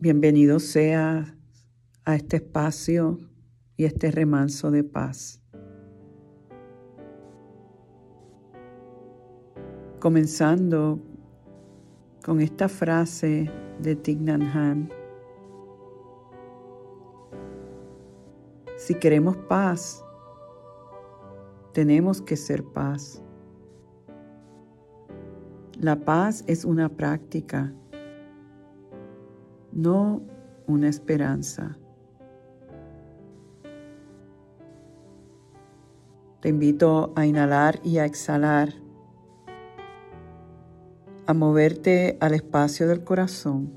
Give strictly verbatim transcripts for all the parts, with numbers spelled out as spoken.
Bienvenido sea a este espacio y este remanso de paz. Comenzando con esta frase de Thich Nhat Hanh: si queremos paz, tenemos que ser paz. La paz es una práctica, no una esperanza. Te invito a inhalar y a exhalar, a moverte al espacio del corazón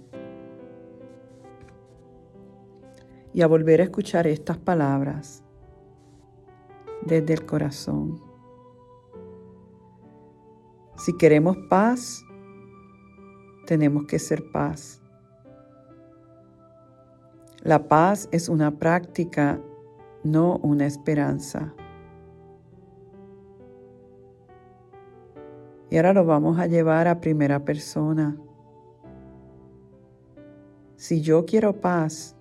y a volver a escuchar estas palabras desde el corazón. Si queremos paz, tenemos que ser paz. La paz es una práctica, no una esperanza. Y ahora lo vamos a llevar a primera persona. Si yo quiero paz,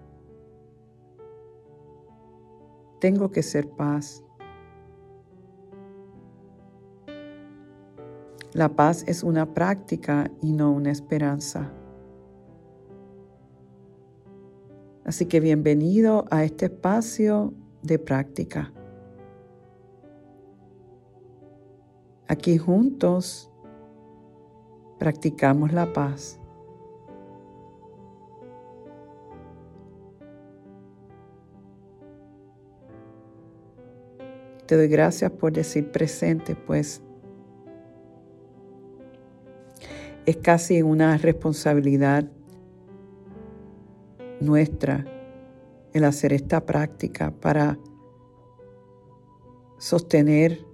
tengo que ser paz. La paz es una práctica y no una esperanza. Así que bienvenido a este espacio de práctica. Aquí juntos practicamos la paz. Te doy gracias por decir presente, pues es casi una responsabilidad nuestra el hacer esta práctica para sostener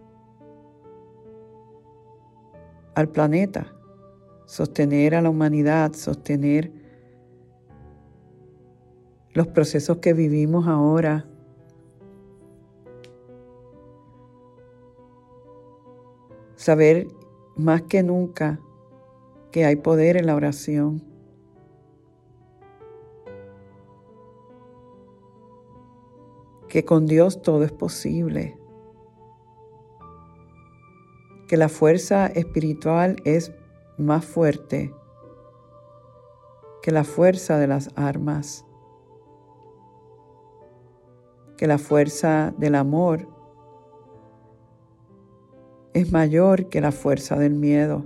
al planeta, sostener a la humanidad, sostener los procesos que vivimos ahora. Saber más que nunca que hay poder en la oración. Que con Dios todo es posible. Que la fuerza espiritual es más fuerte que la fuerza de las armas. Que la fuerza del amor es mayor que la fuerza del miedo.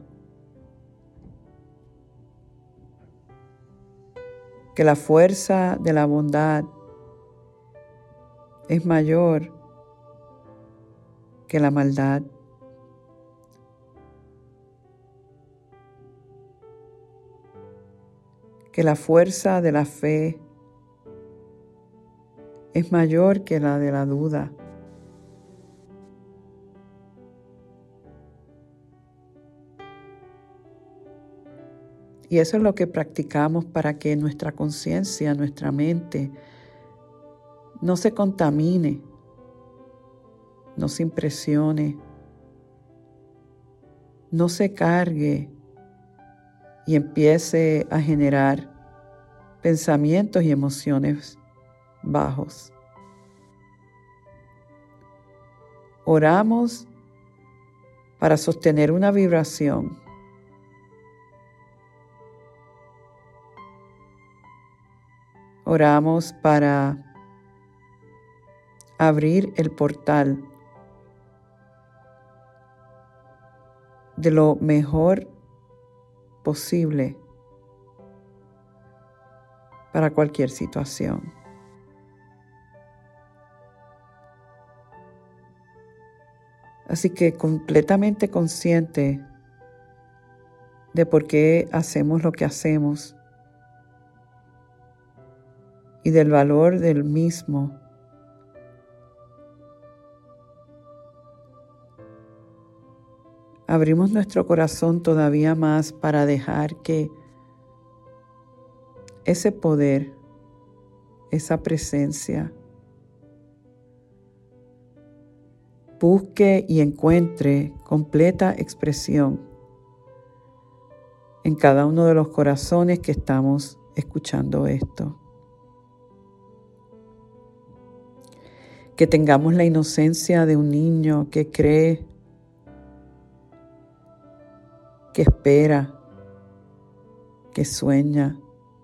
Que la fuerza de la bondad es mayor que la maldad. Que la fuerza de la fe es mayor que la de la duda. Y eso es lo que practicamos para que nuestra conciencia, nuestra mente, no se contamine, no se impresione, no se cargue y empiece a generar pensamientos y emociones bajos. Oramos para sostener una vibración. Oramos para abrir el portal de lo mejor posible para cualquier situación. Así que completamente consciente de por qué hacemos lo que hacemos y del valor del mismo, abrimos nuestro corazón todavía más para dejar que ese poder, esa presencia, busque y encuentre completa expresión en cada uno de los corazones que estamos escuchando esto. Que tengamos la inocencia de un niño que cree, que espera, que sueña.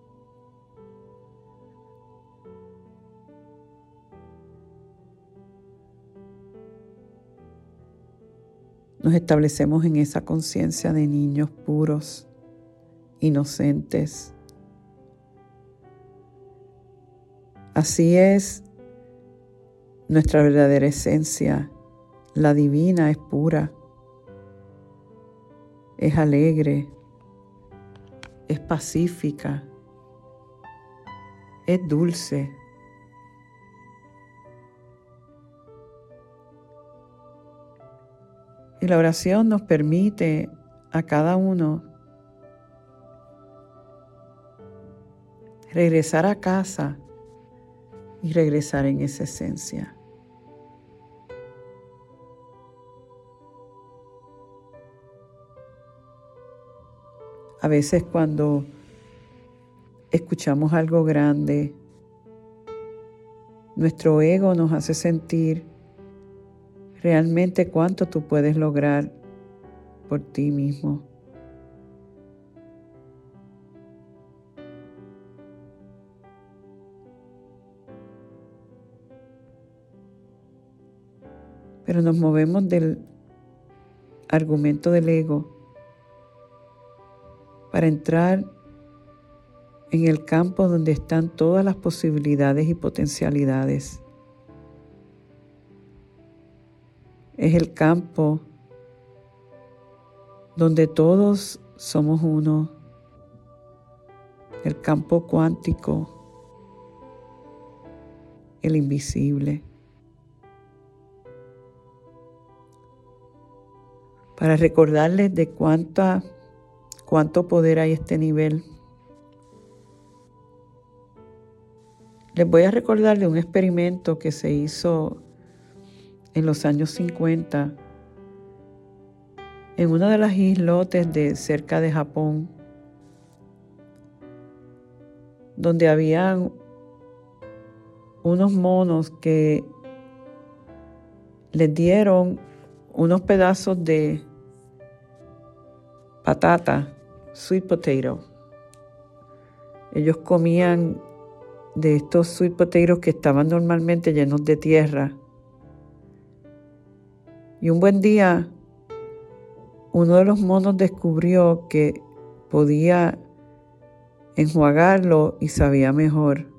Nos establecemos en esa conciencia de niños puros, inocentes. Así es nuestra verdadera esencia. La divina es pura, es alegre, es pacífica, es dulce. Y la oración nos permite a cada uno regresar a casa y regresar en esa esencia. A veces cuando escuchamos algo grande, nuestro ego nos hace sentir realmente cuánto tú puedes lograr por ti mismo. Pero nos movemos del argumento del ego para entrar en el campo donde están todas las posibilidades y potencialidades. Es el campo donde todos somos uno, el campo cuántico, el invisible. Para recordarles de cuánta, cuánto poder hay a este nivel, les voy a recordar de un experimento que se hizo en los años cincuenta en una de las islotes de cerca de Japón, donde habían unos monos que les dieron unos pedazos de patata, sweet potato. Ellos comían de estos sweet potatoes que estaban normalmente llenos de tierra. Y un buen día, uno de los monos descubrió que podía enjuagarlo y sabía mejor.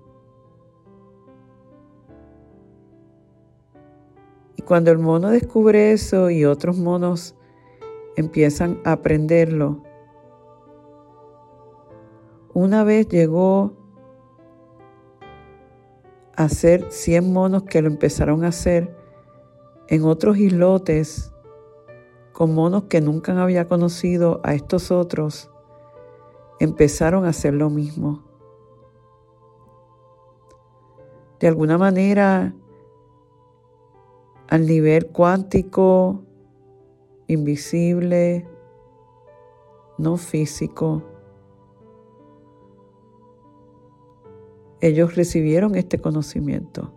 Y cuando el mono descubre eso y otros monos empiezan a aprenderlo, una vez llegó a hacer cien monos que lo empezaron a hacer en otros islotes con monos que nunca había conocido a estos otros, empezaron a hacer lo mismo. De alguna manera, al nivel cuántico, invisible, no físico, ellos recibieron este conocimiento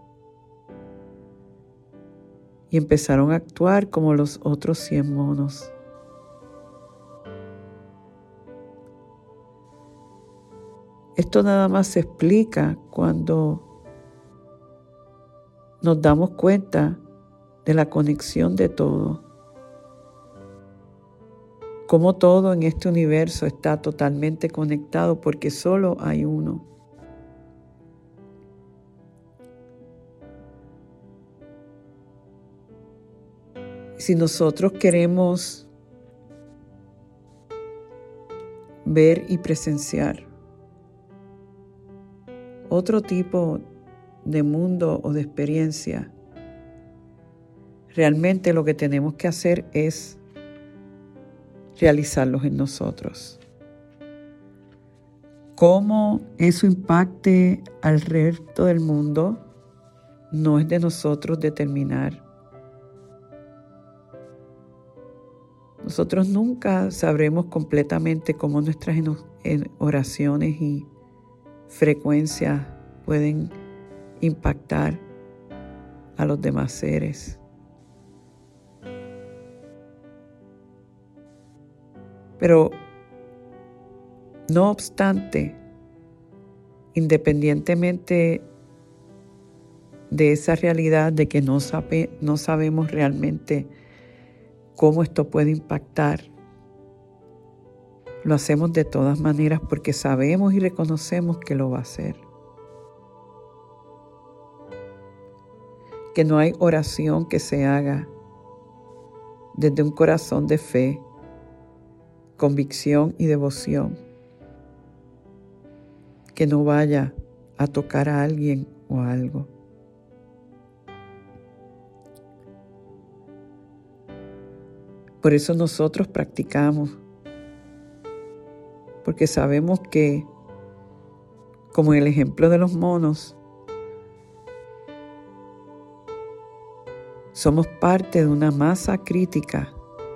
y empezaron a actuar como los otros cien monos. Esto nada más se explica cuando nos damos cuenta de la conexión de todo. Cómo todo en este universo está totalmente conectado porque solo hay uno. Si nosotros queremos ver y presenciar otro tipo de mundo o de experiencia, realmente lo que tenemos que hacer es realizarlos en nosotros. Cómo eso impacte al resto del mundo no es de nosotros determinar. Nosotros nunca sabremos completamente cómo nuestras oraciones y frecuencias pueden impactar a los demás seres. Pero no obstante, independientemente de esa realidad de que no, sabe, no sabemos realmente cómo esto puede impactar, lo hacemos de todas maneras porque sabemos y reconocemos que lo va a hacer. Que no hay oración que se haga desde un corazón de fe, convicción y devoción, que no vaya a tocar a alguien o a algo. Por eso nosotros practicamos, porque sabemos que, como en el ejemplo de los monos, somos parte de una masa crítica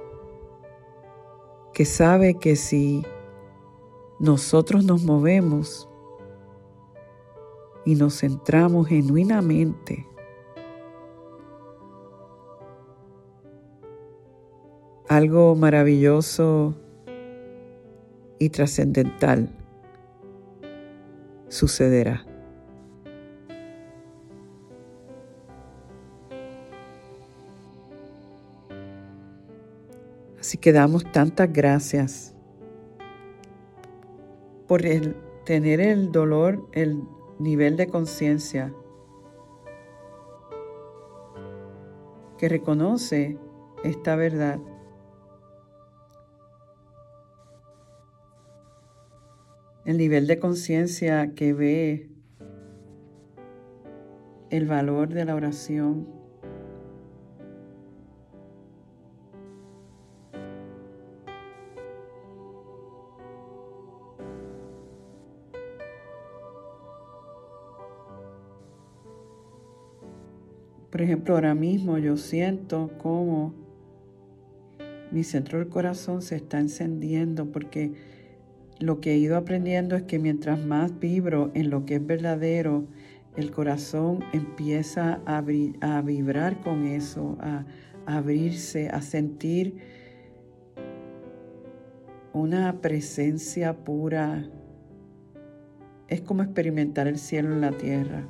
que sabe que si nosotros nos movemos y nos centramos genuinamente, algo maravilloso y trascendental sucederá. Así que damos tantas gracias por el tener el dolor, el nivel de conciencia que reconoce esta verdad. El nivel de conciencia que ve el valor de la oración. Por ejemplo, ahora mismo yo siento cómo mi centro del corazón se está encendiendo porque lo que he ido aprendiendo es que mientras más vibro en lo que es verdadero, el corazón empieza a, a vibrar con eso, a, a abrirse, a sentir una presencia pura. Es como experimentar el cielo en la tierra.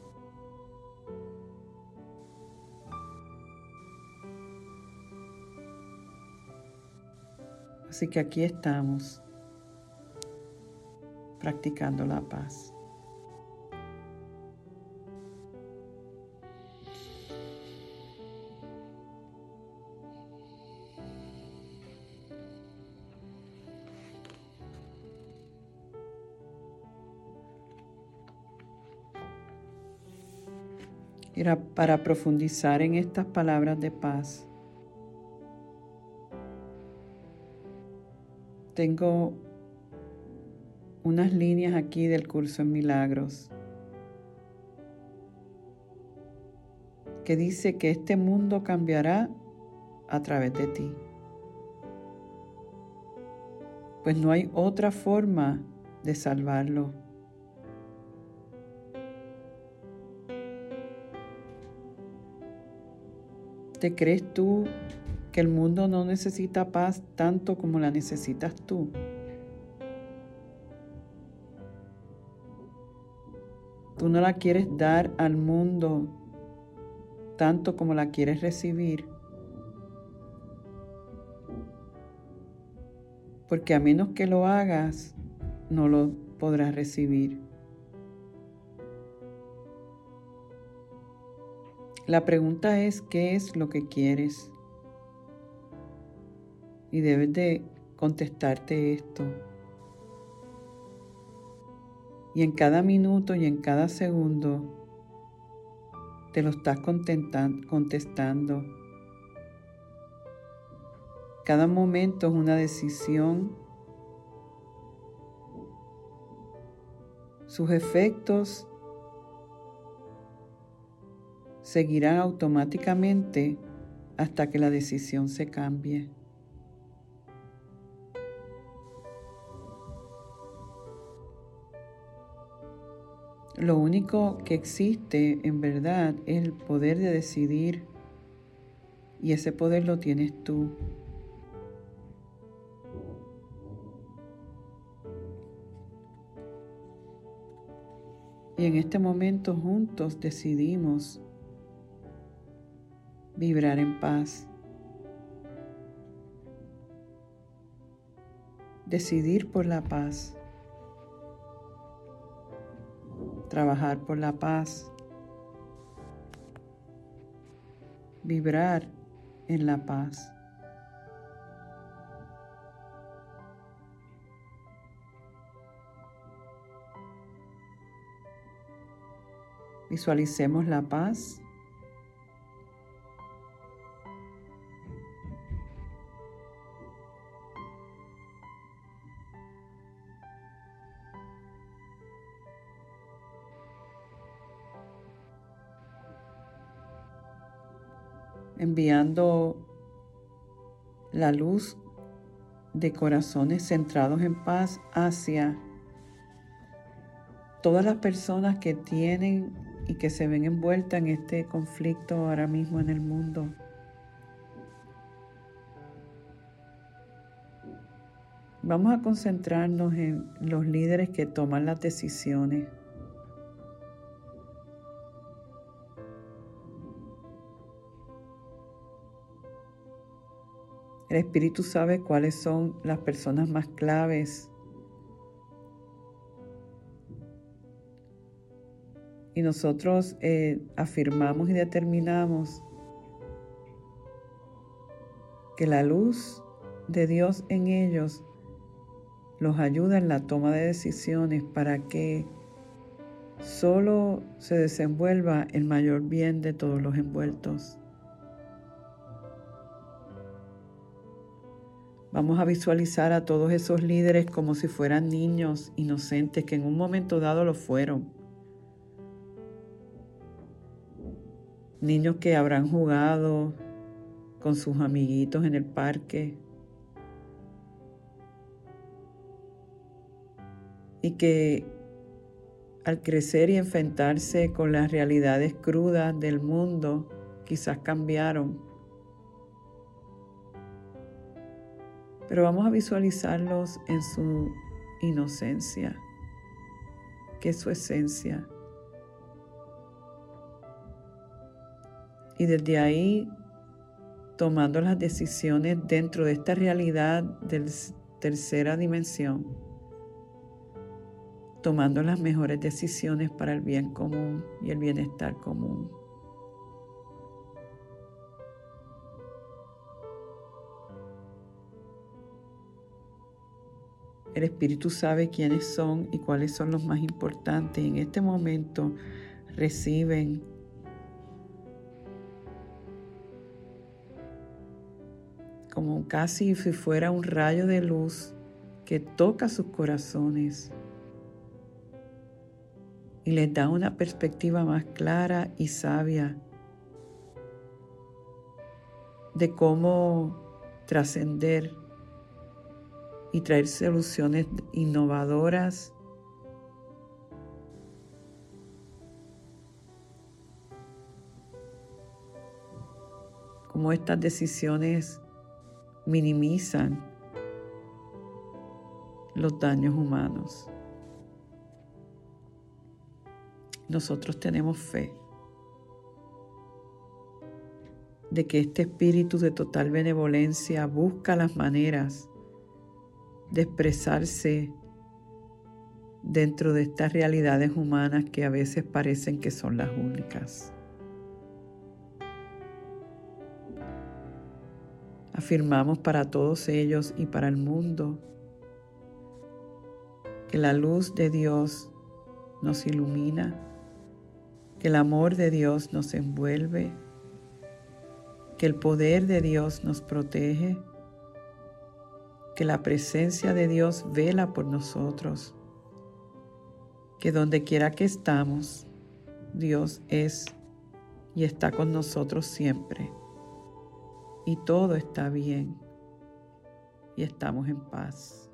Así que aquí estamos, practicando la paz. Era para profundizar en estas palabras de paz. Tengo unas líneas aquí del curso en Milagros que dice que este mundo cambiará a través de ti. Pues no hay otra forma de salvarlo. ¿Te crees tú que el mundo no necesita paz tanto como la necesitas tú? Tú no la quieres dar al mundo tanto como la quieres recibir. Porque a menos que lo hagas, no lo podrás recibir. La pregunta es, ¿qué es lo que quieres? Y debes de contestarte esto. Y en cada minuto y en cada segundo te lo estás contestando. Cada momento es una decisión. Sus efectos seguirán automáticamente hasta que la decisión se cambie. Lo único que existe en verdad es el poder de decidir, y ese poder lo tienes tú. Y en este momento juntos decidimos vibrar en paz. Decidir por la paz. Trabajar por la paz. Vibrar en la paz. Visualicemos la paz. Enviando la luz de corazones centrados en paz hacia todas las personas que tienen y que se ven envueltas en este conflicto ahora mismo en el mundo. Vamos a concentrarnos en los líderes que toman las decisiones. El Espíritu sabe cuáles son las personas más claves. Y nosotros eh, afirmamos y determinamos que la luz de Dios en ellos los ayuda en la toma de decisiones para que solo se desenvuelva el mayor bien de todos los envueltos. Vamos a visualizar a todos esos líderes como si fueran niños inocentes que en un momento dado lo fueron. Niños que habrán jugado con sus amiguitos en el parque y que al crecer y enfrentarse con las realidades crudas del mundo quizás cambiaron. Pero vamos a visualizarlos en su inocencia, que es su esencia. Y desde ahí, tomando las decisiones dentro de esta realidad de tercera dimensión, tomando las mejores decisiones para el bien común y el bienestar común. El Espíritu sabe quiénes son y cuáles son los más importantes. Y en este momento reciben como casi si fuera un rayo de luz que toca sus corazones y les da una perspectiva más clara y sabia de cómo trascender y traer soluciones innovadoras cómo estas decisiones minimizan los daños humanos. Nosotros tenemos fe de que este espíritu de total benevolencia busca las maneras de expresarse dentro de estas realidades humanas que a veces parecen que son las únicas. Afirmamos para todos ellos y para el mundo que la luz de Dios nos ilumina, que el amor de Dios nos envuelve, que el poder de Dios nos protege, que la presencia de Dios vela por nosotros, que donde quiera que estamos, Dios es y está con nosotros siempre. Y todo está bien y estamos en paz.